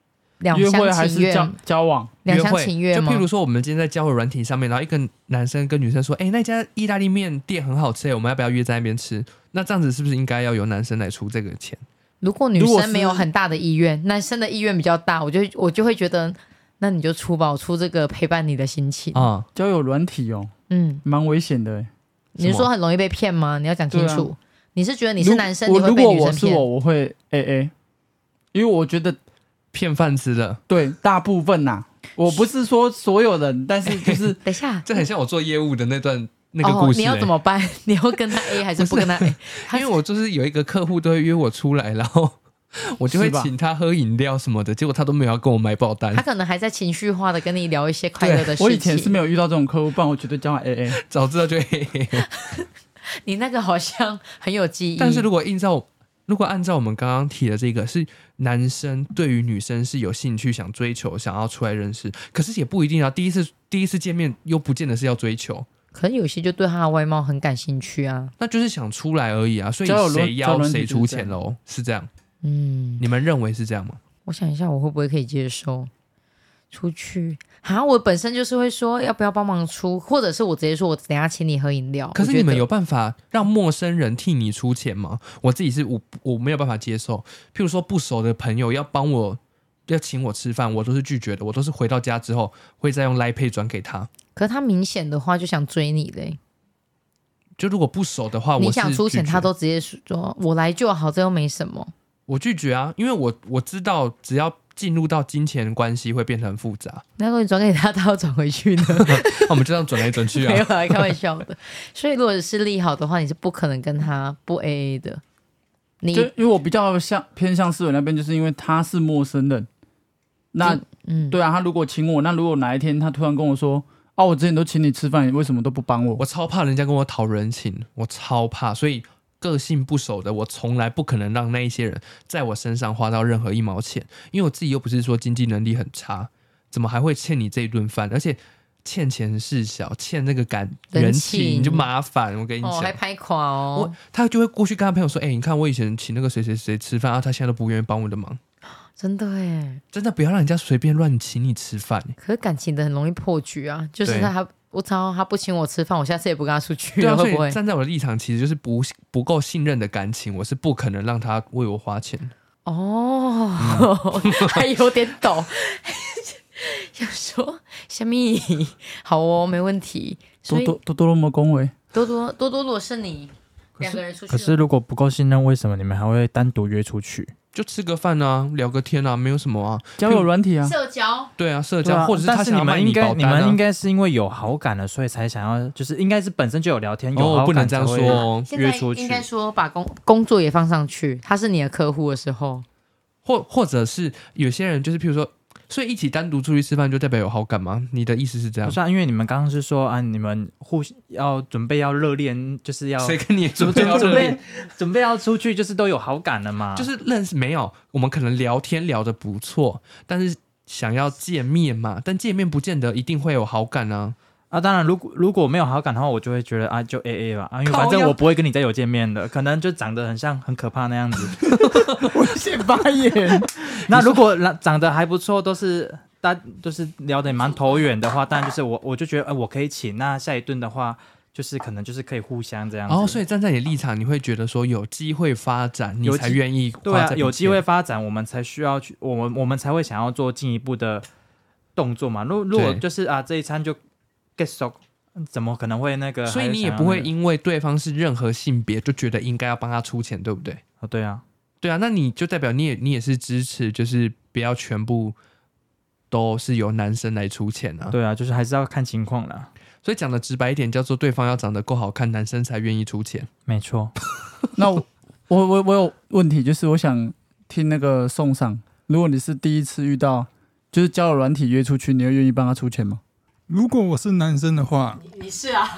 两
约会
厢情
还是交
愿，
交往？
两厢
约会
情愿吗？
就譬如说，我们今天在交友软体上面，然后一个男生跟女生说：“哎、那家意大利面店很好吃，我们要不要约在那边吃？”那这样子是不是应该要由男生来出这个钱？
如果女
如果是
生没有很大的意愿，男生的意愿比较大，我就我就会觉得，那你就出吧，我出这个陪伴你的心情。
啊、
交友软体哦，
嗯，
蛮危险的欸。
你是说很容易被骗吗？你要讲清
对
楚。
啊
你是觉得你是男生，
如
你会被
如
女生骗？
果我是我，我会 A A，因为我觉得
骗饭吃的，
对大部分呐、我不是说所有人，但是就是
等一下，
这很像我做业务的那段那个故事、
哦。你要怎么办？你要跟他 A 还是不跟他 A？他
因为我就是有一个客户都会约我出来，然后我就会
是吧
请他喝饮料什么的，结果他都没有要跟我买保单
他，可能还在情绪化的跟你聊一些快乐的事情。
我以前是没有遇到这种客户，不然我绝对叫他 A A。
早知道就嘿嘿嘿。
你那个好像很有记忆，
但是如果按照如果按照我们刚刚提的这个，是男生对于女生是有兴趣、想追求、想要出来认识，可是也不一定啊。第一次第一次见面又不见得是要追求，
可能有些就对他的外貌很感兴趣啊。
那就是想出来而已啊。所以
交友软
谁邀
交友软体
谁出钱
就是这样
喽，是这样？
嗯，
你们认为是这样吗？
我想一下，我会不会可以接受出去？啊，我本身就是会说要不要帮忙出，或者是我直接说我等一下请你喝饮料。
可是
我觉得
你们有办法让陌生人替你出钱吗？我自己是我我没有办法接受。譬如说不熟的朋友要帮我要请我吃饭，我都是拒绝的，我都是回到家之后会再用 Line Pay 转给他。
可是他明显的话就想追你嘞，
就如果不熟的话，我
你
是
想出钱，
拒绝
他都直接说我来就好，这又没什么。
我拒绝啊，因为我我知道只要进入到金钱关系会变得很复杂，
那如果你转给他，他要转回去呢？
那我们就这样转来转去
没有
啊。
啦，开玩笑的。所以如果是利好的话，你是不可能跟他不 A A 的。你
就因为我比较像偏向思维那边，就是因为他是陌生人。那
嗯，
对啊，他如果请我，那如果哪一天他突然跟我说，啊，我之前都请你吃饭，你为什么都不帮我？
我超怕人家跟我讨人情，我超怕，所以个性不熟的，我从来不可能让那一些人在我身上花到任何一毛钱，因为我自己又不是说经济能力很差，怎么还会欠你这一顿饭？而且欠钱事小，欠那个感
人
人
情
情就麻烦。我跟你
哦，
讲，
还拍垮哦
我，他就会过去跟他朋友说：“哎、你看我以前请那个谁谁谁吃饭啊，他现在都不愿意帮我的忙。”
真的耶。
真的不要让人家随便乱请你吃饭。
可是感情的很容易破局啊，就是
对
他，我知道他不请我吃饭，我下次也不跟他出去
对啊，
了，
所
会不会
以？站在我的立场，其实就是不不够信任的感情，我是不可能让他为我花钱。
哦，还有点抖，想说虾米？好哦，没问题。所以
多多多多那么恭维，
多多多多，如果是你
可是
两个人出去的话，
可是如果不够信任，为什么你们还会单独约出去？
就吃个饭啊，聊个天啊，没有什么啊。
交友软体啊，
社交，
对啊，社交，
对啊，
或者是他
但是
想要卖
你们应该
保单啊。
你们应该是因为有好感了，所以才想要，就是应该是本身就有聊天，有
哦，
好
不能这样
感才会
说哦。
现在
约出去
应该说把工工作也放上去，他是你的客户的时候，
或或者是有些人就是，譬如说，所以一起单独出去吃饭就代表有好感吗？你的意思是这样
不？是啊，因为你们刚刚是说啊，你们互要准备要热恋，就是要
谁跟你准
准
备要
准
热恋
备？准备要出去，就是都有好感了嘛。
就是认识没有？我们可能聊天聊得不错，但是想要见面嘛，但见面不见得一定会有好感啊。
啊，当然，如果如果没有好感的话，我就会觉得啊，就 A A 吧啊，因为
靠腰
反正我不会跟你再有见面的，可能就长得很像很可怕那样子。
危险发言。
那如果长得还不错，都是大都是聊得蛮投缘的话，当然就是我我就觉得，哎、我可以请。那下一顿的话，就是可能就是可以互相这样子。
哦，所以站在你的立场，你会觉得说有机会发展，你
有机
才愿意
对啊，
花这笔
有机会
钱。
发展，我们才需要去，我们我们才会想要做进一步的动作嘛。如如果
对
就是啊这一餐就 get so，怎么可能会那个？
所以你也
还想要那个
不会因为对方是任何性别就觉得应该要帮他出钱，对不对？
哦，对啊，
对啊，那你就代表你也你也是支持，就是不要全部都是由男生来出钱啊。
对啊，就是还是要看情况啦。
所以讲的直白一点，叫做对方要长得够好看，男生才愿意出钱。
没错，
那我我我我有问题，就是我想听那个送上，如果你是第一次遇到，就是交友软体约出去，你会愿意帮他出钱吗？
如果我是男生的话，
你是啊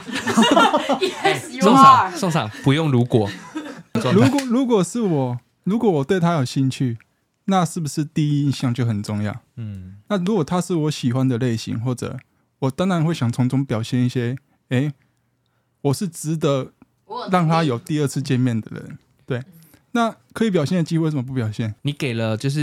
，Yes you
送
are
上。送上，不用如果。
如果如果是我，如果我对他有兴趣，那是不是第一印象就很重要？
嗯，
那如果他是我喜欢的类型，或者我当然会想从中表现一些，哎，我是值得让他有第二次见面的人。对，那可以表现的机会为什么不表现？
你给了就是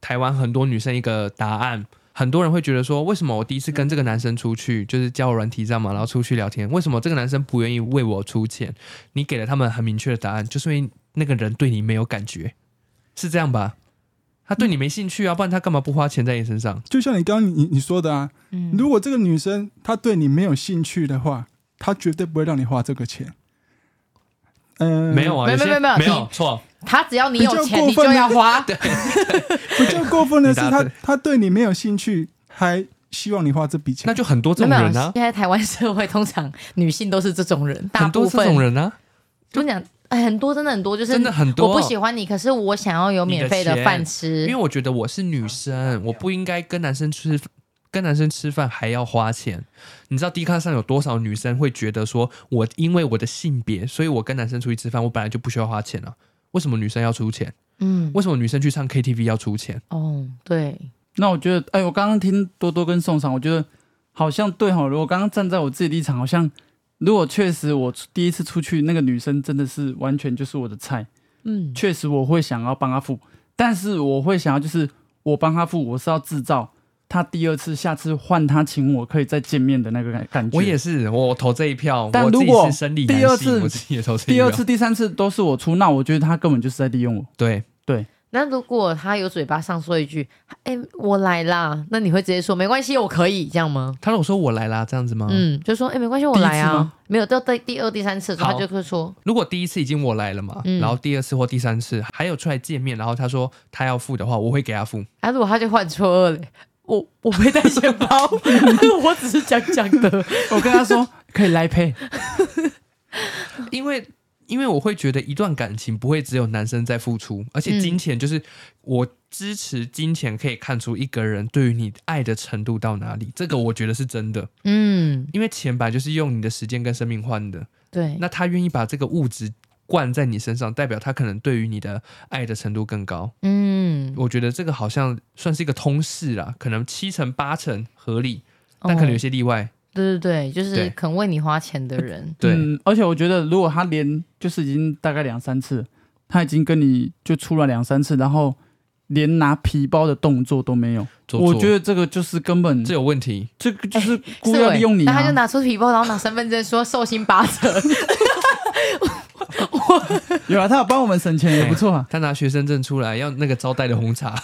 台湾很多女生一个答案。很多人会觉得说，为什么我第一次跟这个男生出去，就是交友软体上嘛，然后出去聊天，为什么这个男生不愿意为我出钱？你给了他们很明确的答案，就是因为那个人对你没有感觉，是这样吧？他对你没兴趣啊，不然他干嘛不花钱在你身上？
就像你刚刚你你说的啊，嗯、如果这个女生她对你没有兴趣的话，她绝对不会让你花这个钱。
嗯、呃，没有啊，
没有没有没有
没有错。
他只要你有钱，你就要花。
对，
比较过分的是他，他他对你没有兴趣，还希望你花这笔钱，
那就很多这种人啊。
现在台湾社会通常女性都是这种人，大部分
很多这种人啊。
就讲、哎、很多真的很多，就是
真的很多。
我不喜欢你，可是我想要有免费的饭吃，
因为我觉得我是女生，我不应该跟男生吃。跟男生吃饭还要花钱，你知道 D 卡上有多少女生会觉得说，我因为我的性别，所以我跟男生出去吃饭，我本来就不需要花钱了、啊。为什么女生要出钱？嗯，为什么女生去唱 K T V 要出钱？
哦，对。
那我觉得，哎，我刚刚听多多跟宋桑，我觉得好像对哈。如果刚刚站在我自己的立场，好像如果确实我第一次出去，那个女生真的是完全就是我的菜，嗯，确实我会想要帮她付，但是我会想要就是我帮她付，我是要制造。他第二次、下次换他请我可以再见面的那个感觉，
我也是，我投这一票。
但如果第二次、
我自己也投这一票
第二次、第三次都是我出，那我觉得他根本就是在利用我。
对
对。
那如果他有嘴巴上说一句“哎、欸，我来啦”，那你会直接说“没关系，我可以”这样吗？
他如果说我来啦，这样子吗？
嗯，就说“哎、欸，没关系，我来啊”。没有到第第二、第三次的时候，他就会说：“
如果第一次已经我来了嘛，嗯、然后第二次或第三次还有出来见面，然后他说他要付的话，我会给他付。
啊，如果他就换错二嘞？我我没带钱包，我只是讲讲的。
我跟他说可以来配，
因为因为我会觉得一段感情不会只有男生在付出，而且金钱就是、嗯、我支持金钱可以看出一个人对于你爱的程度到哪里，这个我觉得是真的。嗯，因为钱本来就是用你的时间跟生命换的，
对，
那他愿意把这个物质灌在你身上，代表他可能对于你的爱的程度更高。嗯，我觉得这个好像算是一个通识啦，可能七成八成合理，但可能有些例外。
哦、对对对，就是肯为你花钱的人。
对、
嗯，而且我觉得如果他连就是已经大概两三次，他已经跟你就出了两三次，然后连拿皮包的动作都没有，我觉得这个就是根本
这有问题，
这个就是故意要利用你、啊。
那他就拿出皮包，然后拿身份证说寿星八折。
有啊，他有帮我们省钱也不错啊。
他拿学生证出来要那个招待的红茶，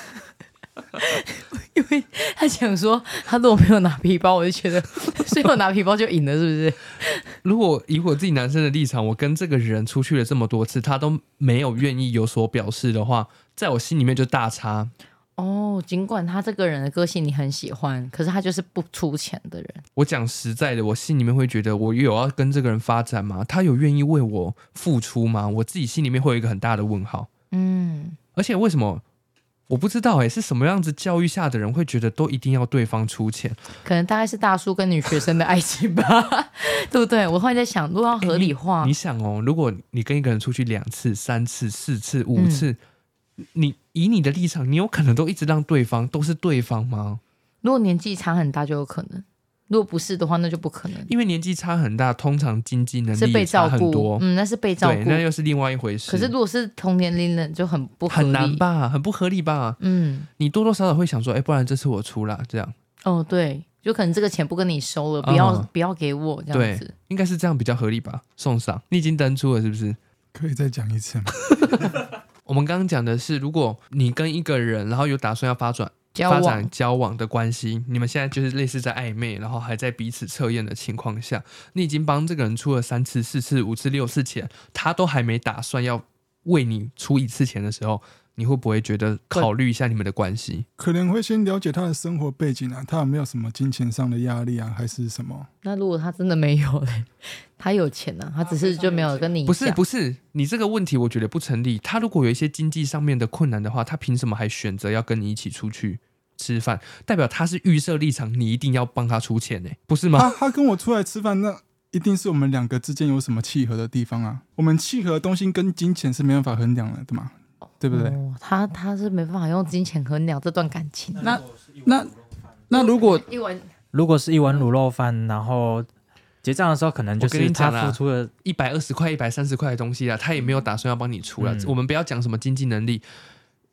因为他想说他如果没有拿皮包，我就觉得所以我拿皮包就赢了，是不是？
如果以我自己男生的立场，我跟这个人出去了这么多次，他都没有愿意有所表示的话，在我心里面就大差。
哦，尽管他这个人的个性你很喜欢，可是他就是不出钱的人。
我讲实在的，我心里面会觉得我有要跟这个人发展吗？他有愿意为我付出吗？我自己心里面会有一个很大的问号。嗯，而且为什么我不知道哎、欸，是什么样子教育下的人会觉得都一定要对方出钱？
可能大概是大叔跟女学生的爱情吧，对不对？我后来在想，如果要合理化，
欸、你, 你想哦，如果你跟一个人出去两次、三次、四次、五次。嗯，你以你的立场，你有可能都一直让对方都是对方吗？
如果年纪差很大就有可能，如果不是的话那就不可能。
因为年纪差很大，通常经济能力也差很多，
嗯，那是被照顾，
对，那又是另外一回事。
可是如果是同年龄人就很不合理，
很难吧，很不合理吧？嗯，你多多少少会想说，哎、欸，不然这次我出啦，这样。
哦，对，就可能这个钱不跟你收了，不要、哦、不要给我这样子，
对，应该是这样比较合理吧？送上，你已经登出了是不是？
可以再讲一次吗？
我们刚刚讲的是，如果你跟一个人，然后有打算要发展发展交往的关系，你们现在就是类似在暧昧，然后还在彼此测验的情况下，你已经帮这个人出了三次、四次、五次、六次钱，他都还没打算要为你出一次钱的时候，你会不会觉得考虑一下你们的关系？
可能会先了解他的生活背景啊，他有没有什么金钱上的压力啊，还是什么？
那如果他真的没有嘞，他有钱啊，他只是就没有跟你讲。
不是不是，你这个问题我觉得不成立。他如果有一些经济上面的困难的话，他凭什么还选择要跟你一起出去吃饭？代表他是预设立场，你一定要帮他出钱呢、欸，不是吗？
他他跟我出来吃饭，那一定是我们两个之间有什么契合的地方啊。我们契合的东西跟金钱是没办法衡量的，对吗？对不对？
哦、他他是没办法用金钱衡量这段感情。
那那那如果
一碗
如果是一碗卤肉饭，然后结账的时候可能就是他付出了
一百二十块、一百三十块的东西啦，他也没有打算要帮你出啦、嗯、我们不要讲什么经济能力，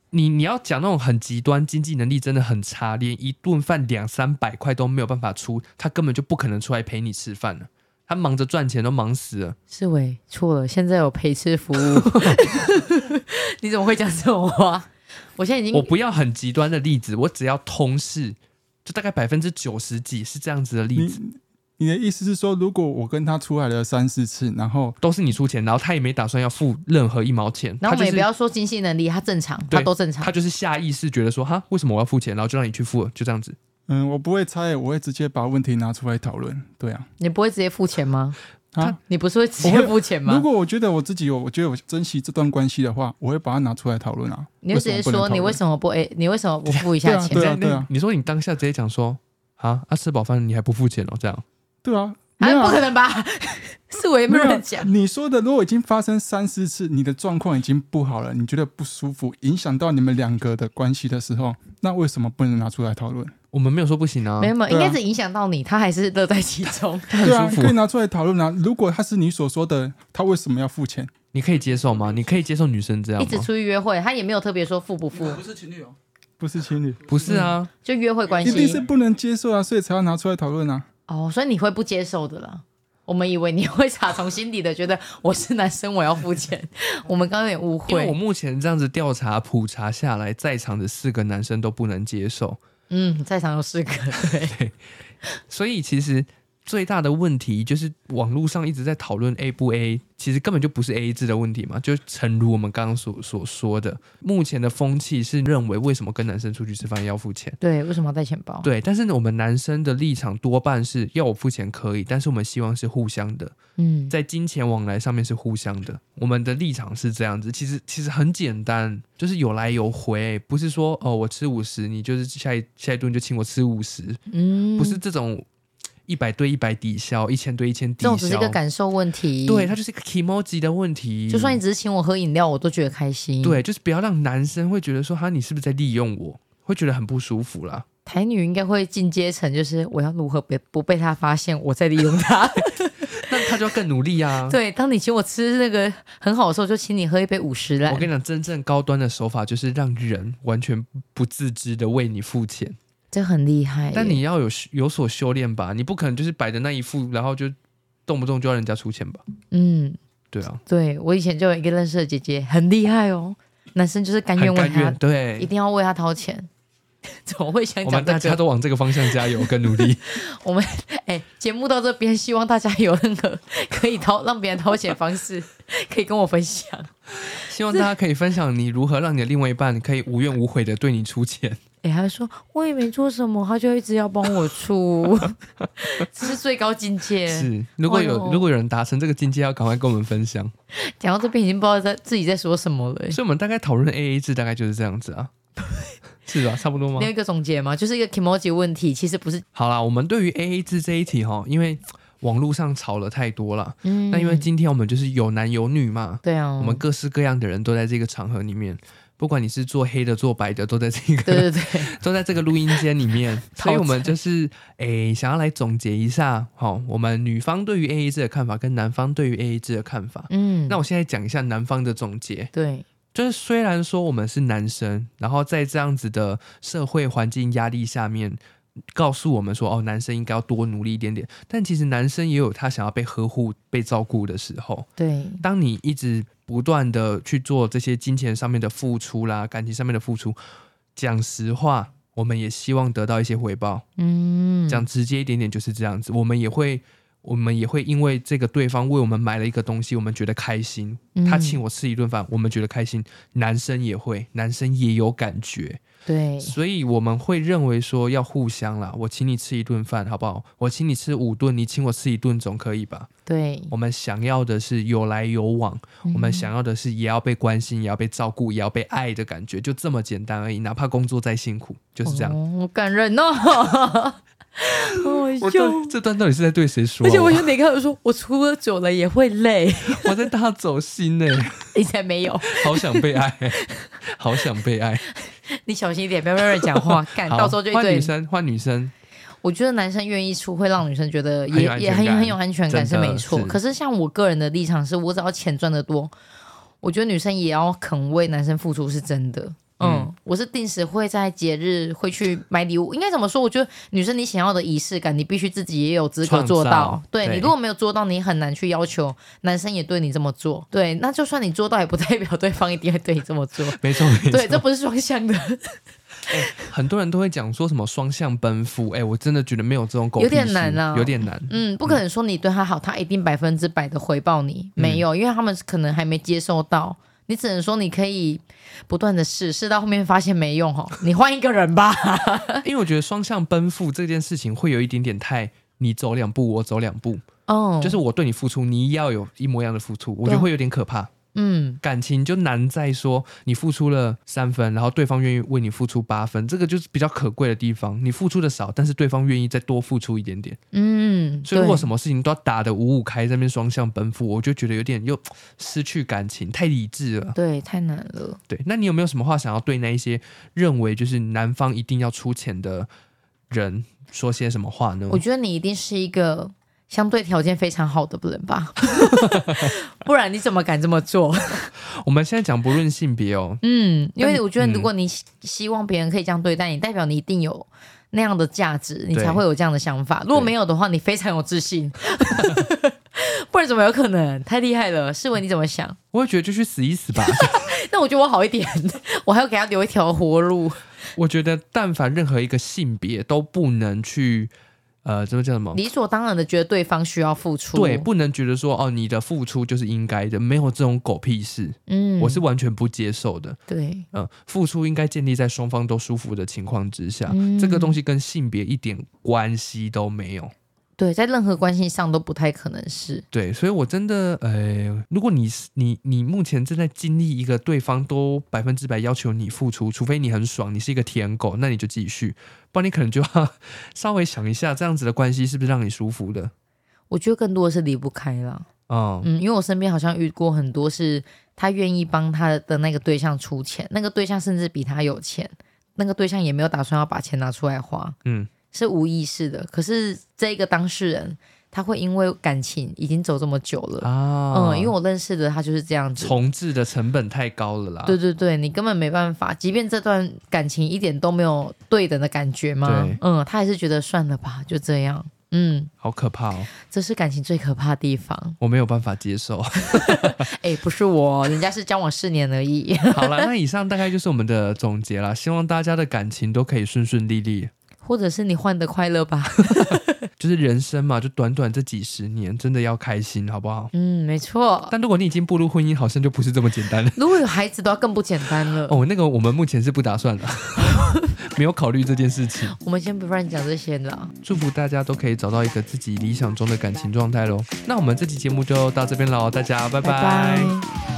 你你要讲那种很极端，经济能力真的很差，连一顿饭两三百块都没有办法出，他根本就不可能出来陪你吃饭了。他忙着赚钱都忙死了。
世伟错了，现在有陪吃服务。你怎么会讲这种话？我现在已经
我不要很极端的例子，我只要通识，就大概百分之九十几是这样子的例子。
你你的意思是说，如果我跟他出来了三四次，然后
都是你出钱，然后他也没打算要付任何一毛钱，
然后我们也
他就是
不要说经济能力，他正常，他都正常，
他就是下意识觉得说，哈，为什么我要付钱，然后就让你去付了，就这样子。
嗯，我不会猜，我会直接把问题拿出来讨论。对啊，
你不会直接付钱吗？
啊，
你不是会直接付钱吗？
如果我觉得我自己有，我觉得我珍惜这段关系的话，我会把它拿出来讨论啊。
你会直接说你为什么不哎，你为什么不付一下钱？
对啊，对啊。
你说你当下直接讲说，啊啊，吃饱饭你还不付钱哦，这样。
对啊，
啊，不可能吧？是我也没有人讲。
你说的，如果已经发生三四次，你的状况已经不好了，你觉得不舒服，影响到你们两个的关系的时候，那为什么不能拿出来讨论？
我们没有说不行啊，
没有，没有，应该是影响到你，他还是乐在其中，
他很舒服。
对啊，可以拿出来讨论啊。如果他是你所说的，他为什么要付钱？
你可以接受吗？你可以接受女生这样吗？
一直出去约会，他也没有特别说付不付，
不是情侣哦，
不是情侣，
不是啊，
就约会关系，
一定是不能接受啊，所以才要拿出来讨论啊。
哦，所以你会不接受的啦。我们以为你会打从心底的觉得我是男生，我要付钱。我们刚刚有点误会。
因为我目前这样子调查普查下来，在场的四个男生都不能接受。
嗯，在场有四个，对。
对，所以其实最大的问题就是网络上一直在讨论 A 不 A， 其实根本就不是 A A 制的问题嘛，就诚如我们刚刚所所说的，目前的风气是认为为什么跟男生出去吃饭要付钱？
对，为什么要带钱包？
对，但是呢，我们男生的立场多半是要我付钱可以，但是我们希望是互相的，
嗯，
在金钱往来上面是互相的，我们的立场是这样子。其实其实很简单，就是有来有回，不是说哦我吃五十，你就是下一下一顿就请我吃五十，
嗯，
不是这种。一百对一百抵消，一千对一千抵消，
这种只是一个感受问题。
对，它就是一个 emoji 的问题。
就算你只是请我喝饮料，我都觉得开心。
对，就是不要让男生会觉得说，哈，你是不是在利用我？会觉得很不舒服啦。
台女应该会进阶成，就是我要如何不不被他发现我在利用他。
那他就要更努力啊。
对，当你请我吃那个很好的时候，就请你喝一杯五十来。
我跟你讲，真正高端的手法就是让人完全不自知的为你付钱。
这很厉害，
但你要有有所修炼吧，你不可能就是摆的那一副，然后就动不动就要人家出钱吧？
嗯，
对啊，
对我以前就有一个认识的姐姐，很厉害哦，男生就是甘愿为他，
对，
一定要为他掏钱。怎么会想讲、这个？
我们大家都往这个方向加油，更努力。
我们哎，节目到这边，希望大家有任何可以掏让别人掏钱的方式，可以跟我分享。
希望大家可以分享你如何让你的另外一半可以无怨无悔的对你出钱。
哎，他说我也没做什么，他就一直要帮我出，这是最高境界。
是，如果有、哎、如果有人达成这个境界，要赶快跟我们分享。
讲到这边已经不知道在自己在说什么了。
所以我们大概讨论 A A 制，大概就是这样子啊。是吧？差不多吗？
你有一个总结吗？就是一个 emoji 问题，其实不是。
好啦，我们对于 A A 制这一题哈，因为网络上吵了太多了。
嗯，
那因为今天我们就是有男有女嘛，
对啊，
我们各式各样的人都在这个场合里面，不管你是做黑的做白的，都在这个，
对对对，
都在这个录音间里面。所以我们就是诶，想要来总结一下，好，我们女方对于 A A 制的看法跟男方对于 A A 制的看法。
嗯，
那我现在讲一下男方的总结。
对。
就是虽然说我们是男生，然后在这样子的社会环境压力下面，告诉我们说哦，男生应该要多努力一点点，但其实男生也有他想要被呵护、被照顾的时候。
对，
当你一直不断的去做这些金钱上面的付出啦，感情上面的付出，讲实话，我们也希望得到一些回报。
嗯，
讲直接一点点就是这样子，我们也会。我们也会因为这个对方为我们买了一个东西，我们觉得开心。他请我吃一顿饭，我们觉得开心。男生也会，男生也有感觉。
对，
所以我们会认为说要互相啦。我请你吃一顿饭，好不好？我请你吃五顿，你请我吃一顿，总可以吧？
对。
我们想要的是有来有往，
嗯、
我们想要的是也要被关心，也要被照顾，也要被爱的感觉，就这么简单而已。哪怕工作再辛苦，就是这样。
哦，感人哦。
哦，我这段到底是在对谁说、啊？
而且我有哪个说，我出了酒了也会累，
我在大走心呢、欸。
你才没有，
好想被爱，好想被爱。
你小心一点，不要乱讲话，干到时候就
换女生，换女生。
我觉得男生愿意出，会让女生觉得也也很很有安全感，是没错。可是像我个人的立场是，我只要钱赚得多，我觉得女生也要肯为男生付出，是真的。 嗯，嗯我是定时会在节日会去买礼物。应该怎么说？我觉得女生你想要的仪式感，你必须自己也有资格做到。对，对你如果没有做到，你很难去要求男生也对你这么做。对，那就算你做到，也不代表对方一定会对你这么做。
没错，没错，
对，这不是双向的。
欸、很多人都会讲说什么双向奔赴，哎、欸，我真的觉得没有这种狗屁事，
有点难啊，
有点难。
嗯，不可能说你对他好，他一定百分之百的回报你，嗯、没有，因为他们可能还没接受到。你只能说你可以不断的试，试到后面发现没用哦，你换一个人吧。
因为我觉得双向奔赴这件事情会有一点点太你走两步我走两步，哦，就是我对你付出，你要有一模一样的付出，我觉得会有点可怕。嗯，感情就难在说你付出了三分，然后对方愿意为你付出八分，这个就是比较可贵的地方。你付出的少，但是对方愿意再多付出一点点。嗯，所以如果什么事情都要打得五五开，在那边双向奔赴，我就觉得有点又失去感情，太理智了。
对，太难了。
对，那你有没有什么话想要对那一些认为就是男方一定要出钱的人说些什么话呢？
我觉得你一定是一个相对条件非常好的人吧，不然你怎么敢这么做？
我们现在讲不论性别哦，
嗯，因为我觉得如果你希望别人可以这样对待你，代表你一定有那样的价值，你才会有这样的想法。如果没有的话，你非常有自信，不然怎么有可能？太厉害了，世文你怎么想？
我会觉得就去死一死吧。
那我觉得我好一点，我还要给他留一条活路。
我觉得但凡任何一个性别都不能去。呃，这个叫什么？
理所当然的觉得对方需要付出，
对，不能觉得说哦，你的付出就是应该的，没有这种狗屁事，嗯，我是完全不接受的。
对，
嗯、呃，付出应该建立在双方都舒服的情况之下，嗯、这个东西跟性别一点关系都没有。
对，在任何关系上都不太可能是。
对，所以我真的，呃，如果你你你目前正在经历一个对方都百分之百要求你付出，除非你很爽，你是一个舔狗，那你就继续，不然你可能就要稍微想一下，这样子的关系是不是让你舒服的？
我觉得更多的是离不开啦。哦、嗯，因为我身边好像遇过很多是他愿意帮他的那个对象出钱，那个对象甚至比他有钱，那个对象也没有打算要把钱拿出来花。嗯。是无意识的，可是这个当事人他会因为感情已经走这么久了啊，嗯，因为我认识的他就是这样子，
重置的成本太高了啦。
对对对，你根本没办法，即便这段感情一点都没有对等的感觉嘛，嗯，他还是觉得算了吧，就这样，嗯，
好可怕哦，
这是感情最可怕的地方，
我没有办法接受。
哎、欸，不是我，人家是交往四年而已。
好了，那以上大概就是我们的总结啦，希望大家的感情都可以顺顺利利。
或者是你换得快乐吧。
就是人生嘛，就短短这几十年，真的要开心好不好？
嗯，没错。
但如果你已经步入婚姻，好像就不是这么简单了。
如果有孩子都要更不简单了。
哦，那个我们目前是不打算的。没有考虑这件事情。
我们先不乱讲这些了。
祝福大家都可以找到一个自己理想中的感情状态咯。那我们这期节目就到这边咯，大家拜拜。
拜拜。